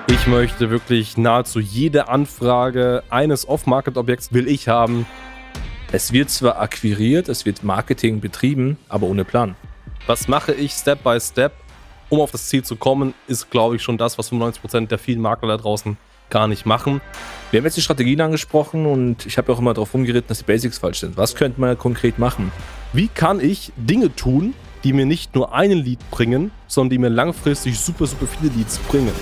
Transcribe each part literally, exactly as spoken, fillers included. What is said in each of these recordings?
Ich möchte wirklich nahezu jede Anfrage eines Off-Market-Objekts will ich haben. Es wird zwar akquiriert, es wird Marketing betrieben, aber ohne Plan. Was mache ich Step by Step, um auf das Ziel zu kommen, ist, glaube ich, schon das, was fünfundneunzig Prozent der vielen Makler da draußen gar nicht machen. Wir haben jetzt die Strategien angesprochen und ich habe auch immer darauf rumgeritten, dass die Basics falsch sind. Was könnte man konkret machen? Wie kann ich Dinge tun, die mir nicht nur einen Lead bringen, sondern die mir langfristig super, super viele Leads bringen?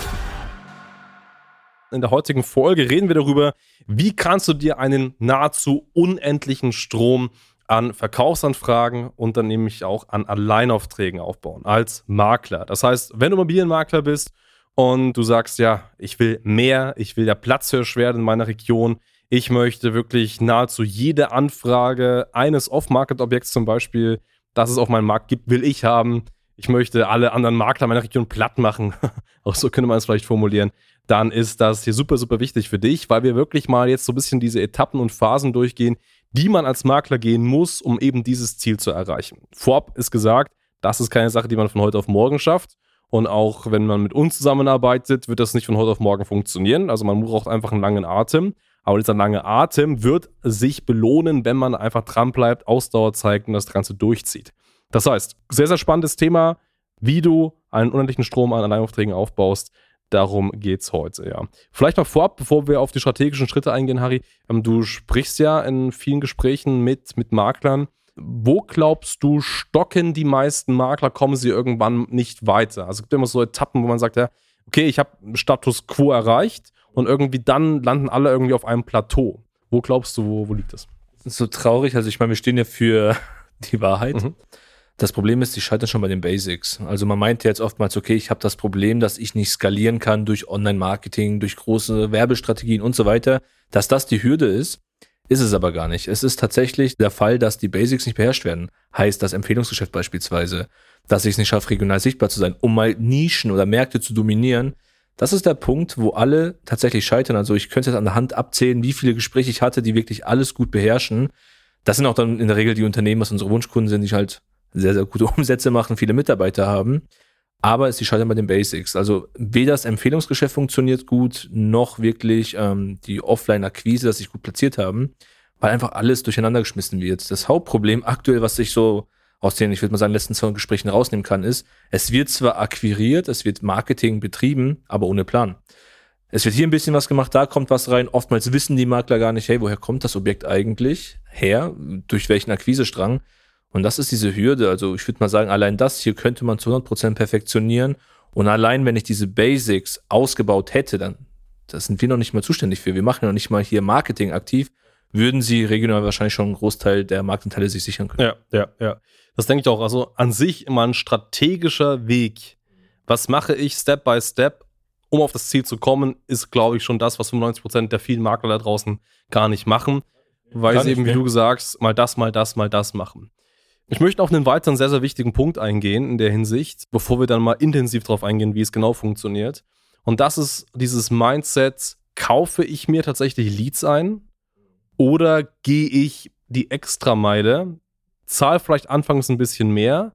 In der heutigen Folge reden wir darüber, wie kannst du dir einen nahezu unendlichen Strom an Verkaufsanfragen und dann nämlich auch an Alleinaufträgen aufbauen als Makler. Das heißt, wenn du Immobilienmakler bist und du sagst, ja, ich will mehr, ich will der Platzhirsch werden in meiner Region, ich möchte wirklich nahezu jede Anfrage eines Off-Market-Objekts zum Beispiel, das es auf meinem Markt gibt, will ich haben. Ich möchte alle anderen Makler meiner Region platt machen, auch so könnte man es vielleicht formulieren, dann ist das hier super, super wichtig für dich, weil wir wirklich mal jetzt so ein bisschen diese Etappen und Phasen durchgehen, die man als Makler gehen muss, um eben dieses Ziel zu erreichen. Vorab ist gesagt, das ist keine Sache, die man von heute auf morgen schafft. Und auch wenn man mit uns zusammenarbeitet, wird das nicht von heute auf morgen funktionieren. Also man braucht einfach einen langen Atem. Aber dieser lange Atem wird sich belohnen, wenn man einfach dran bleibt, Ausdauer zeigt und das Ganze durchzieht. Das heißt, sehr, sehr spannendes Thema, wie du einen unendlichen Strom an Alleinaufträgen aufbaust. Darum geht's heute, ja. Vielleicht noch vorab, bevor wir auf die strategischen Schritte eingehen, Harry. Ähm, du sprichst ja in vielen Gesprächen mit, mit Maklern. Wo glaubst du, stocken die meisten Makler, kommen sie irgendwann nicht weiter? Also es gibt immer so Etappen, wo man sagt, ja, okay, ich habe Status Quo erreicht und irgendwie dann landen alle irgendwie auf einem Plateau. Wo glaubst du, wo, wo liegt das? Das ist so traurig, also ich meine, wir stehen ja für die Wahrheit. Mhm. Das Problem ist, die scheitern schon bei den Basics. Also man meint jetzt oftmals, okay, ich habe das Problem, dass ich nicht skalieren kann durch Online-Marketing, durch große Werbestrategien und so weiter. Dass das die Hürde ist, ist es aber gar nicht. Es ist tatsächlich der Fall, dass die Basics nicht beherrscht werden. Heißt das Empfehlungsgeschäft beispielsweise, dass ich es nicht schaffe, regional sichtbar zu sein, um mal Nischen oder Märkte zu dominieren. Das ist der Punkt, wo alle tatsächlich scheitern. Also ich könnte jetzt an der Hand abzählen, wie viele Gespräche ich hatte, die wirklich alles gut beherrschen. Das sind auch dann in der Regel die Unternehmen, was unsere Wunschkunden sind, die halt sehr, sehr gute Umsätze machen, viele Mitarbeiter haben, aber es ist scheitern bei den Basics. Also weder das Empfehlungsgeschäft funktioniert gut, noch wirklich ähm, die Offline-Akquise, dass sich gut platziert haben, weil einfach alles durcheinander geschmissen wird. Das Hauptproblem aktuell, was ich so aus den, ich würde mal sagen, letzten zwei Gesprächen rausnehmen kann, ist, es wird zwar akquiriert, es wird Marketing betrieben, aber ohne Plan. Es wird hier ein bisschen was gemacht, da kommt was rein. Oftmals wissen die Makler gar nicht, hey, woher kommt das Objekt eigentlich her? Durch welchen Akquisestrang? Und das ist diese Hürde, also ich würde mal sagen, allein das hier könnte man zu hundert Prozent perfektionieren und allein, wenn ich diese Basics ausgebaut hätte, dann, das sind wir noch nicht mal zuständig für, wir machen ja noch nicht mal hier Marketing aktiv, würden sie regional wahrscheinlich schon einen Großteil der Marktanteile sich sichern können. Ja, ja, ja. Das denke ich auch, also an sich immer ein strategischer Weg. Was mache ich Step by Step, um auf das Ziel zu kommen, ist, glaube ich, schon das, was fünfundneunzig Prozent der vielen Makler da draußen gar nicht machen, weil Gar sie nicht, eben, wie ne? du sagst, mal das, mal das, mal das machen. Ich möchte auf einen weiteren sehr, sehr wichtigen Punkt eingehen in der Hinsicht, bevor wir dann mal intensiv darauf eingehen, wie es genau funktioniert. Und das ist dieses Mindset, kaufe ich mir tatsächlich Leads ein oder gehe ich die Extrameile, zahle vielleicht anfangs ein bisschen mehr,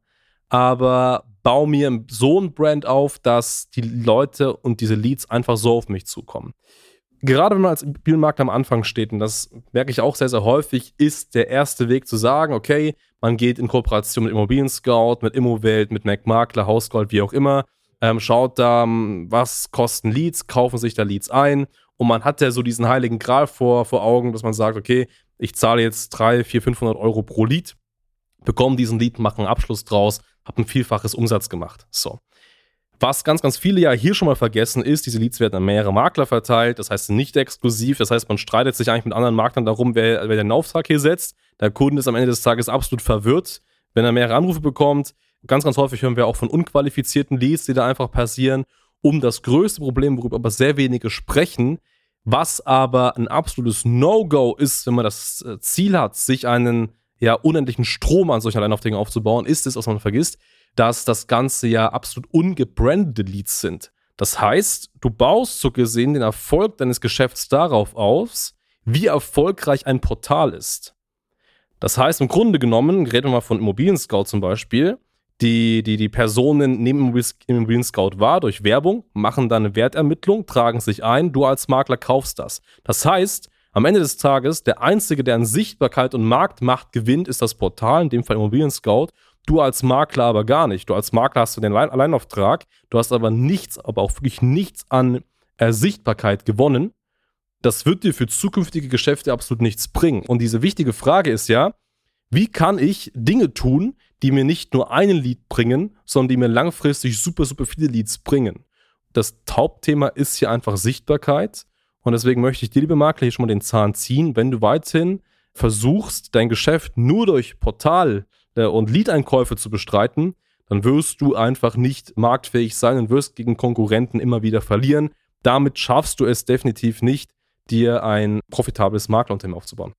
aber baue mir so ein Brand auf, dass die Leute und diese Leads einfach so auf mich zukommen. Gerade wenn man als Immobilienmakler am Anfang steht, und das merke ich auch sehr, sehr häufig, ist der erste Weg zu sagen, okay, man geht in Kooperation mit Immobilien Scout, mit Immowelt, mit Mac Makler, Hausgold, wie auch immer, ähm, schaut da, was kosten Leads, kaufen sich da Leads ein und man hat ja so diesen heiligen Gral vor, vor Augen, dass man sagt, okay, ich zahle jetzt dreihundert, vierhundert, fünfhundert Euro pro Lead, bekomme diesen Lead, mache einen Abschluss draus, habe ein Vielfaches Umsatz gemacht. So. Was ganz, ganz viele ja hier schon mal vergessen ist, diese Leads werden an mehrere Makler verteilt, das heißt nicht exklusiv, das heißt man streitet sich eigentlich mit anderen Maklern darum, wer, wer den Auftrag hier setzt. Der Kunde ist am Ende des Tages absolut verwirrt, wenn er mehrere Anrufe bekommt. Ganz, ganz häufig hören wir auch von unqualifizierten Leads, die da einfach passieren. Um das größte Problem, worüber aber sehr wenige sprechen, was aber ein absolutes No-Go ist, wenn man das Ziel hat, sich einen ja, unendlichen Strom an solchen Alleinaufträgen aufzubauen, ist es, was man vergisst, dass das Ganze ja absolut ungebrandete Leads sind. Das heißt, du baust so gesehen den Erfolg deines Geschäfts darauf aus, wie erfolgreich ein Portal ist. Das heißt, im Grunde genommen, reden wir mal von Immobilien Scout zum Beispiel, Die, die, die Personen nehmen Immobilien Scout wahr durch Werbung, machen dann eine Wertermittlung, tragen sich ein, du als Makler kaufst das. Das heißt, am Ende des Tages, der Einzige, der an Sichtbarkeit und Marktmacht gewinnt, ist das Portal, in dem Fall Immobilien Scout. Du als Makler aber gar nicht. Du als Makler hast du den Alleinauftrag, du hast aber nichts, aber auch wirklich nichts an äh, Sichtbarkeit gewonnen. Das wird dir für zukünftige Geschäfte absolut nichts bringen. Und diese wichtige Frage ist ja, wie kann ich Dinge tun, die mir nicht nur einen Lead bringen, sondern die mir langfristig super, super viele Leads bringen? Das Hauptthema ist hier einfach Sichtbarkeit. Und deswegen möchte ich dir, liebe Makler, hier schon mal den Zahn ziehen. Wenn du weiterhin versuchst, dein Geschäft nur durch Portal äh, und Lead-Einkäufe zu bestreiten, dann wirst du einfach nicht marktfähig sein und wirst gegen Konkurrenten immer wieder verlieren. Damit schaffst du es definitiv nicht, dir ein profitables Maklerunternehmen aufzubauen.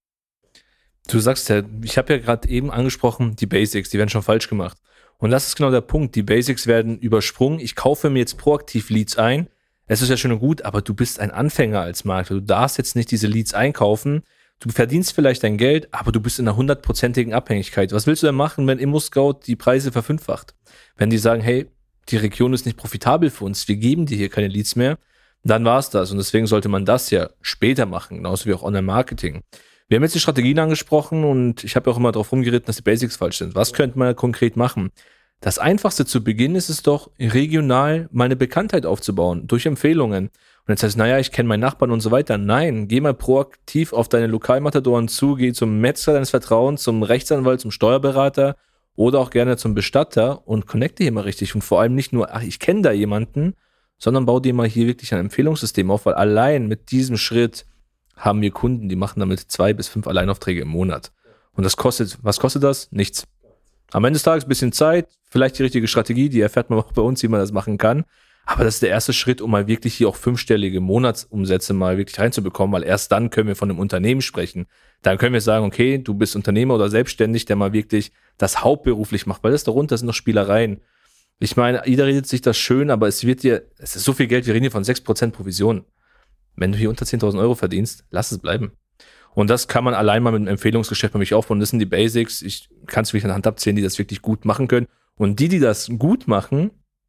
Du sagst ja, ich habe ja gerade eben angesprochen, die Basics, die werden schon falsch gemacht. Und das ist genau der Punkt, die Basics werden übersprungen. Ich kaufe mir jetzt proaktiv Leads ein. Es ist ja schön und gut, aber du bist ein Anfänger als Makler. Du darfst jetzt nicht diese Leads einkaufen. Du verdienst vielleicht dein Geld, aber du bist in einer hundertprozentigen Abhängigkeit. Was willst du denn machen, wenn ImmoScout die Preise verfünffacht? Wenn die sagen, hey, die Region ist nicht profitabel für uns, wir geben dir hier keine Leads mehr, dann war es das. Und deswegen sollte man das ja später machen, genauso wie auch Online-Marketing. Wir haben jetzt die Strategien angesprochen und ich habe auch immer darauf rumgeritten, dass die Basics falsch sind. Was könnte man konkret machen? Das Einfachste zu Beginn ist es doch, regional mal eine Bekanntheit aufzubauen, durch Empfehlungen. Und jetzt heißt es, naja, ich kenne meinen Nachbarn und so weiter. Nein, geh mal proaktiv auf deine Lokalmatadoren zu, geh zum Metzger deines Vertrauens, zum Rechtsanwalt, zum Steuerberater oder auch gerne zum Bestatter und connecte hier mal richtig. Und vor allem nicht nur, ach, ich kenne da jemanden, sondern bau dir mal hier wirklich ein Empfehlungssystem auf, weil allein mit diesem Schritt haben wir Kunden, die machen damit zwei bis fünf Alleinaufträge im Monat. Und das kostet, was kostet das? Nichts. Am Ende des Tages ein bisschen Zeit, vielleicht die richtige Strategie, die erfährt man auch bei uns, wie man das machen kann. Aber das ist der erste Schritt, um mal wirklich hier auch fünfstellige Monatsumsätze mal wirklich reinzubekommen, weil erst dann können wir von einem Unternehmen sprechen. Dann können wir sagen, okay, du bist Unternehmer oder selbstständig, der mal wirklich das hauptberuflich macht, weil das darunter sind noch Spielereien. Ich meine, jeder redet sich das schön, aber es wird dir, es ist so viel Geld, wir reden hier von sechs Prozent Provision. Wenn du hier unter zehntausend Euro verdienst, lass es bleiben. Und das kann man allein mal mit einem Empfehlungsgeschäft bei mich aufbauen. Das sind die Basics. Ich kann es wirklich an der Hand abzählen, die das wirklich gut machen können. Und die, die das gut machen,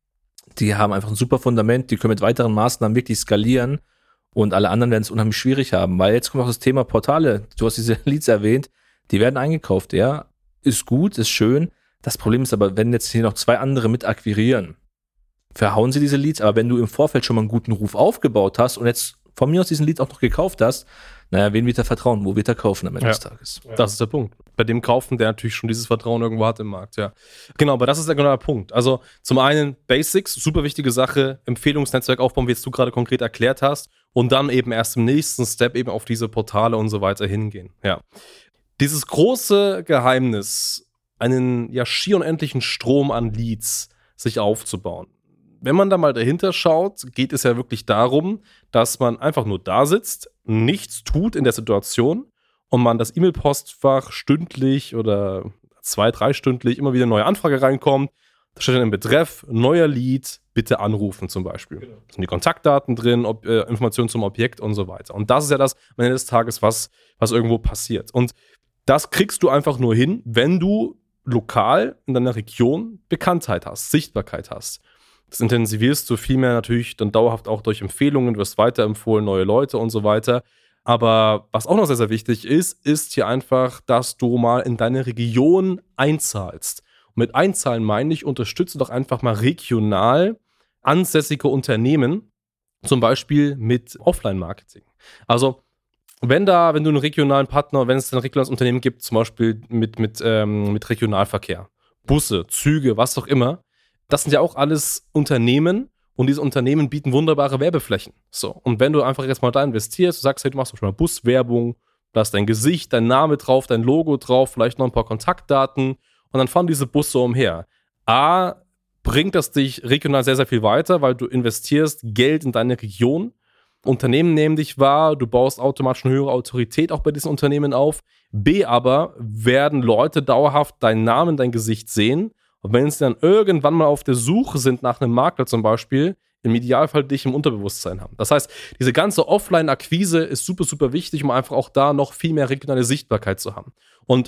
die haben einfach ein super Fundament. Die können mit weiteren Maßnahmen wirklich skalieren. Und alle anderen werden es unheimlich schwierig haben. Weil jetzt kommt auch das Thema Portale. Du hast diese Leads erwähnt. Die werden eingekauft. Ja, ist gut, ist schön. Das Problem ist aber, wenn jetzt hier noch zwei andere mit akquirieren, verhauen sie diese Leads. Aber wenn du im Vorfeld schon mal einen guten Ruf aufgebaut hast und jetzt von mir aus diesen Leads auch noch gekauft hast, naja, wen wird er vertrauen? Wo wird er kaufen am Ende ja. des Tages? Das ist der Punkt. Bei dem kaufen, der natürlich schon dieses Vertrauen irgendwo hat im Markt, ja. Genau, aber das ist der genau der Punkt. Also zum einen Basics, super wichtige Sache, Empfehlungsnetzwerk aufbauen, wie jetzt du gerade konkret erklärt hast, und dann eben erst im nächsten Step eben auf diese Portale und so weiter hingehen, ja. Dieses große Geheimnis, einen ja schier unendlichen Strom an Leads sich aufzubauen. Wenn man da mal dahinter schaut, geht es ja wirklich darum, dass man einfach nur da sitzt, nichts tut in der Situation und man das E-Mail-Postfach stündlich oder zwei-, dreistündlich immer wieder eine neue Anfrage reinkommt. Da steht dann im Betreff, neuer Lead, bitte anrufen zum Beispiel. Genau. Da sind die Kontaktdaten drin, ob, äh, Informationen zum Objekt und so weiter. Und das ist ja das am Ende des Tages, was, was irgendwo passiert. Und das kriegst du einfach nur hin, wenn du lokal in deiner Region Bekanntheit hast, Sichtbarkeit hast. Das intensivierst du vielmehr natürlich dann dauerhaft auch durch Empfehlungen, wirst weiterempfohlen, neue Leute und so weiter. Aber was auch noch sehr, sehr wichtig ist, ist hier einfach, dass du mal in deine Region einzahlst. Und mit einzahlen meine ich, unterstütze doch einfach mal regional ansässige Unternehmen, zum Beispiel mit Offline-Marketing. Also wenn da, wenn du einen regionalen Partner, wenn es ein regionales Unternehmen gibt, zum Beispiel mit, mit, ähm, mit Regionalverkehr, Busse, Züge, was auch immer, das sind ja auch alles Unternehmen und diese Unternehmen bieten wunderbare Werbeflächen. So, und wenn du einfach jetzt mal da investierst, du sagst, hey, du machst schon mal Buswerbung, da ist dein Gesicht, dein Name drauf, dein Logo drauf, vielleicht noch ein paar Kontaktdaten und dann fahren diese Busse umher. A, bringt das dich regional sehr, sehr viel weiter, weil du investierst Geld in deine Region. Unternehmen nehmen dich wahr, du baust automatisch eine höhere Autorität auch bei diesen Unternehmen auf. B, aber werden Leute dauerhaft deinen Namen, dein Gesicht sehen. Und wenn sie dann irgendwann mal auf der Suche sind nach einem Makler zum Beispiel, im Idealfall dich im Unterbewusstsein haben. Das heißt, diese ganze Offline-Akquise ist super, super wichtig, um einfach auch da noch viel mehr regionale Sichtbarkeit zu haben. Und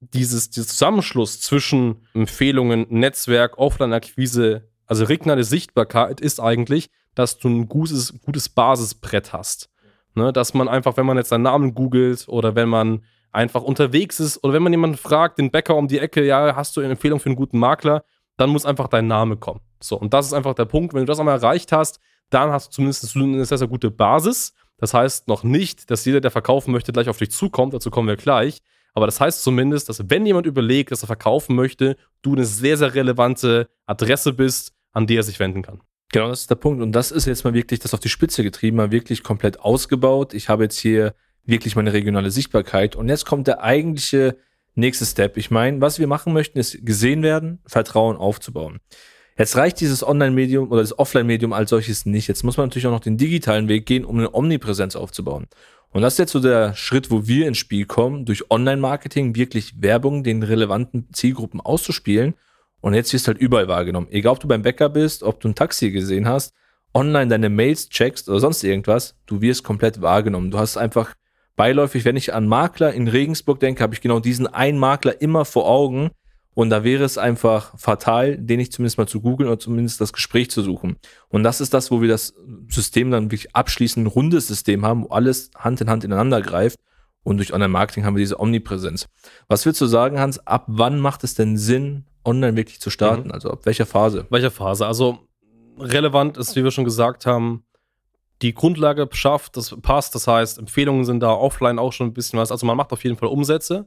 dieses, dieses Zusammenschluss zwischen Empfehlungen, Netzwerk, Offline-Akquise, also regionale Sichtbarkeit ist eigentlich, dass du ein gutes, gutes Basisbrett hast. Ne? Dass man einfach, wenn man jetzt seinen Namen googelt oder wenn man einfach unterwegs ist oder wenn man jemanden fragt, den Bäcker um die Ecke, ja, hast du eine Empfehlung für einen guten Makler, dann muss einfach dein Name kommen. So, und das ist einfach der Punkt. Wenn du das einmal erreicht hast, dann hast du zumindest eine sehr, sehr gute Basis. Das heißt noch nicht, dass jeder, der verkaufen möchte, gleich auf dich zukommt. Dazu kommen wir gleich. Aber das heißt zumindest, dass wenn jemand überlegt, dass er verkaufen möchte, du eine sehr, sehr relevante Adresse bist, an die er sich wenden kann. Genau, das ist der Punkt. Und das ist jetzt mal wirklich das auf die Spitze getrieben, mal wirklich komplett ausgebaut. Ich habe jetzt hier wirklich meine regionale Sichtbarkeit. Und jetzt kommt der eigentliche nächste Step. Ich meine, was wir machen möchten, ist gesehen werden, Vertrauen aufzubauen. Jetzt reicht dieses Online-Medium oder das Offline-Medium als solches nicht. Jetzt muss man natürlich auch noch den digitalen Weg gehen, um eine Omnipräsenz aufzubauen. Und das ist jetzt so der Schritt, wo wir ins Spiel kommen, durch Online-Marketing wirklich Werbung den relevanten Zielgruppen auszuspielen. Und jetzt wirst du halt überall wahrgenommen. Egal, ob du beim Bäcker bist, ob du ein Taxi gesehen hast, online deine Mails checkst oder sonst irgendwas, du wirst komplett wahrgenommen. Du hast einfach beiläufig, wenn ich an Makler in Regensburg denke, habe ich genau diesen einen Makler immer vor Augen. Und da wäre es einfach fatal, den ich zumindest mal zu googeln oder zumindest das Gespräch zu suchen. Und das ist das, wo wir das System dann wirklich abschließend ein rundes System haben, wo alles Hand in Hand ineinander greift. Und durch Online-Marketing haben wir diese Omnipräsenz. Was würdest du sagen, Hans, ab wann macht es denn Sinn, online wirklich zu starten? Mhm. Also ab welcher Phase? Welcher Phase? Also relevant ist, wie wir schon gesagt haben, die Grundlage schafft, das passt. Das heißt, Empfehlungen sind da, offline auch schon ein bisschen was. Also man macht auf jeden Fall Umsätze.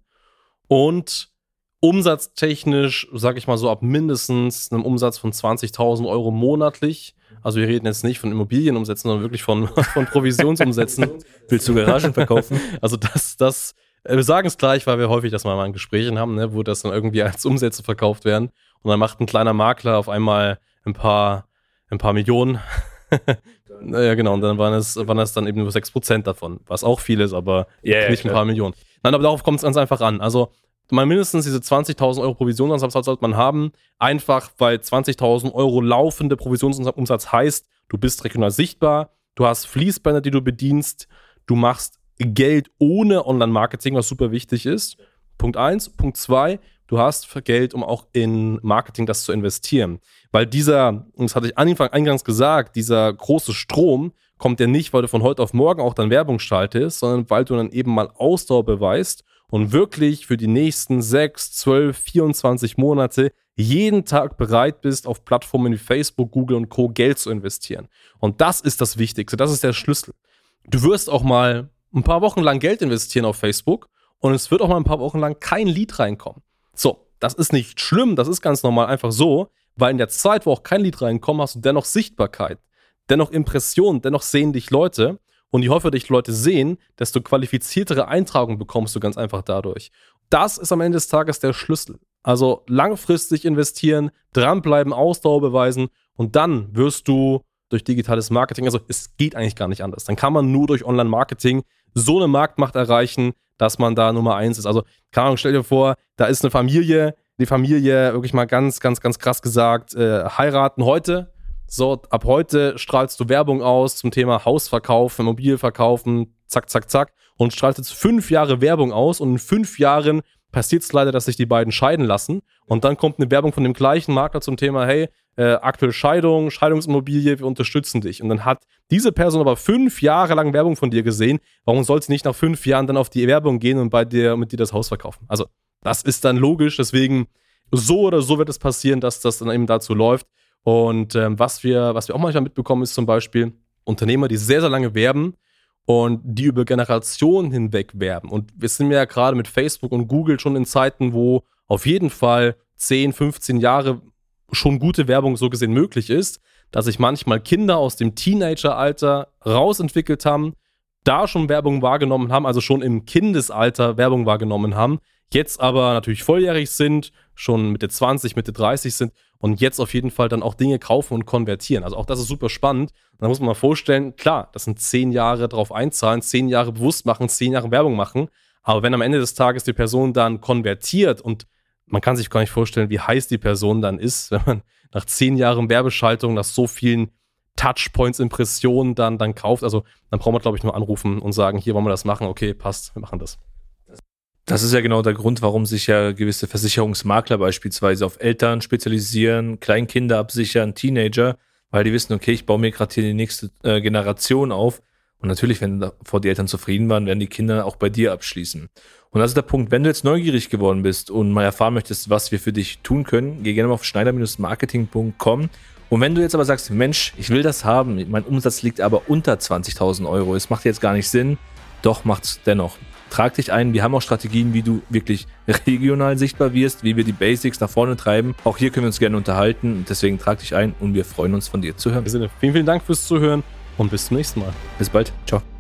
Und umsatztechnisch, sage ich mal so, ab mindestens einem Umsatz von zwanzigtausend Euro monatlich. Also wir reden jetzt nicht von Immobilienumsätzen, sondern wirklich von, von Provisionsumsätzen. Willst du Garagen verkaufen? Also das, das, wir sagen es gleich, weil wir häufig das mal in Gesprächen haben, ne, wo das dann irgendwie als Umsätze verkauft werden. Und dann macht ein kleiner Makler auf einmal ein paar, ein paar Millionen. Ja, genau, und dann waren es, waren es dann eben nur sechs Prozent davon, was auch viel ist, aber yeah, nicht ein paar Millionen. Nein, aber darauf kommt es ganz einfach an. Also mal mindestens diese zwanzigtausend Euro Provisionsumsatz sollte man haben, einfach weil zwanzigtausend Euro laufende Provisionsumsatz heißt, du bist regional sichtbar, du hast Fließbänder, die du bedienst, du machst Geld ohne Online-Marketing, was super wichtig ist. Punkt eins. Punkt zwei, du hast Geld, um auch in Marketing das zu investieren. Weil dieser, und das hatte ich Anfang, eingangs gesagt, dieser große Strom kommt ja nicht, weil du von heute auf morgen auch dann Werbung schaltest, sondern weil du dann eben mal Ausdauer beweist und wirklich für die nächsten sechs, zwölf, vierundzwanzig Monate jeden Tag bereit bist, auf Plattformen wie Facebook, Google und Co. Geld zu investieren. Und das ist das Wichtigste, das ist der Schlüssel. Du wirst auch mal ein paar Wochen lang Geld investieren auf Facebook und es wird auch mal ein paar Wochen lang kein Lead reinkommen. So, das ist nicht schlimm, das ist ganz normal einfach so, weil in der Zeit, wo auch kein Lead reinkommt, hast du dennoch Sichtbarkeit, dennoch Impressionen, dennoch sehen dich Leute. Und je häufiger dich Leute sehen, desto qualifiziertere Eintragungen bekommst du ganz einfach dadurch. Das ist am Ende des Tages der Schlüssel. Also langfristig investieren, dranbleiben, Ausdauer beweisen und dann wirst du durch digitales Marketing, also es geht eigentlich gar nicht anders. Dann kann man nur durch Online-Marketing so eine Marktmacht erreichen, dass man da Nummer eins ist. Also, keine Ahnung, stell dir vor, da ist eine Familie, die Familie, wirklich mal ganz, ganz, ganz krass gesagt, äh, heiraten heute. So, ab heute strahlst du Werbung aus zum Thema Hausverkauf, Immobilie verkaufen, zack, zack, zack und strahlst jetzt fünf Jahre Werbung aus und in fünf Jahren passiert es leider, dass sich die beiden scheiden lassen und dann kommt eine Werbung von dem gleichen Makler zum Thema, hey, äh, aktuell Scheidung, Scheidungsimmobilie, wir unterstützen dich. Und dann hat diese Person aber fünf Jahre lang Werbung von dir gesehen, warum soll sie nicht nach fünf Jahren dann auf die Werbung gehen und bei dir mit dir das Haus verkaufen? Also das ist dann logisch, deswegen so oder so wird es passieren, dass das dann eben dazu läuft. Und ähm, was wir, was wir auch manchmal mitbekommen, ist zum Beispiel Unternehmer, die sehr, sehr lange werben und die über Generationen hinweg werben. Und wir sind ja gerade mit Facebook und Google schon in Zeiten, wo auf jeden Fall zehn, fünfzehn Jahre schon gute Werbung so gesehen möglich ist, dass sich manchmal Kinder aus dem Teenageralter rausentwickelt haben, da schon Werbung wahrgenommen haben, also schon im Kindesalter Werbung wahrgenommen haben, jetzt aber natürlich volljährig sind, schon Mitte zwanzig, Mitte dreißig sind und jetzt auf jeden Fall dann auch Dinge kaufen und konvertieren. Also auch das ist super spannend. Da muss man mal vorstellen, klar, das sind zehn Jahre drauf einzahlen, zehn Jahre bewusst machen, zehn Jahre Werbung machen. Aber wenn am Ende des Tages die Person dann konvertiert und man kann sich gar nicht vorstellen, wie heiß die Person dann ist, wenn man nach zehn Jahren Werbeschaltung, nach so vielen Touchpoints, Impressionen dann, dann kauft. Also dann braucht man, glaube ich, nur anrufen und sagen, hier wollen wir das machen. Okay, passt, wir machen das. Das ist ja genau der Grund, warum sich ja gewisse Versicherungsmakler beispielsweise auf Eltern spezialisieren, Kleinkinder absichern, Teenager, weil die wissen, okay, ich baue mir gerade hier die nächste äh, Generation auf. Und natürlich, wenn davor die Eltern zufrieden waren, werden die Kinder auch bei dir abschließen. Und das ist der Punkt, wenn du jetzt neugierig geworden bist und mal erfahren möchtest, was wir für dich tun können, geh gerne mal auf schneider Marketing punkt com. Und wenn du jetzt aber sagst, Mensch, ich will das haben, mein Umsatz liegt aber unter zwanzigtausend Euro, es macht jetzt gar nicht Sinn, doch macht's dennoch. Trag dich ein, wir haben auch Strategien, wie du wirklich regional sichtbar wirst, wie wir die Basics nach vorne treiben. Auch hier können wir uns gerne unterhalten, deswegen trag dich ein und wir freuen uns, von dir zu hören. Vielen, vielen Dank fürs Zuhören und bis zum nächsten Mal. Bis bald, ciao.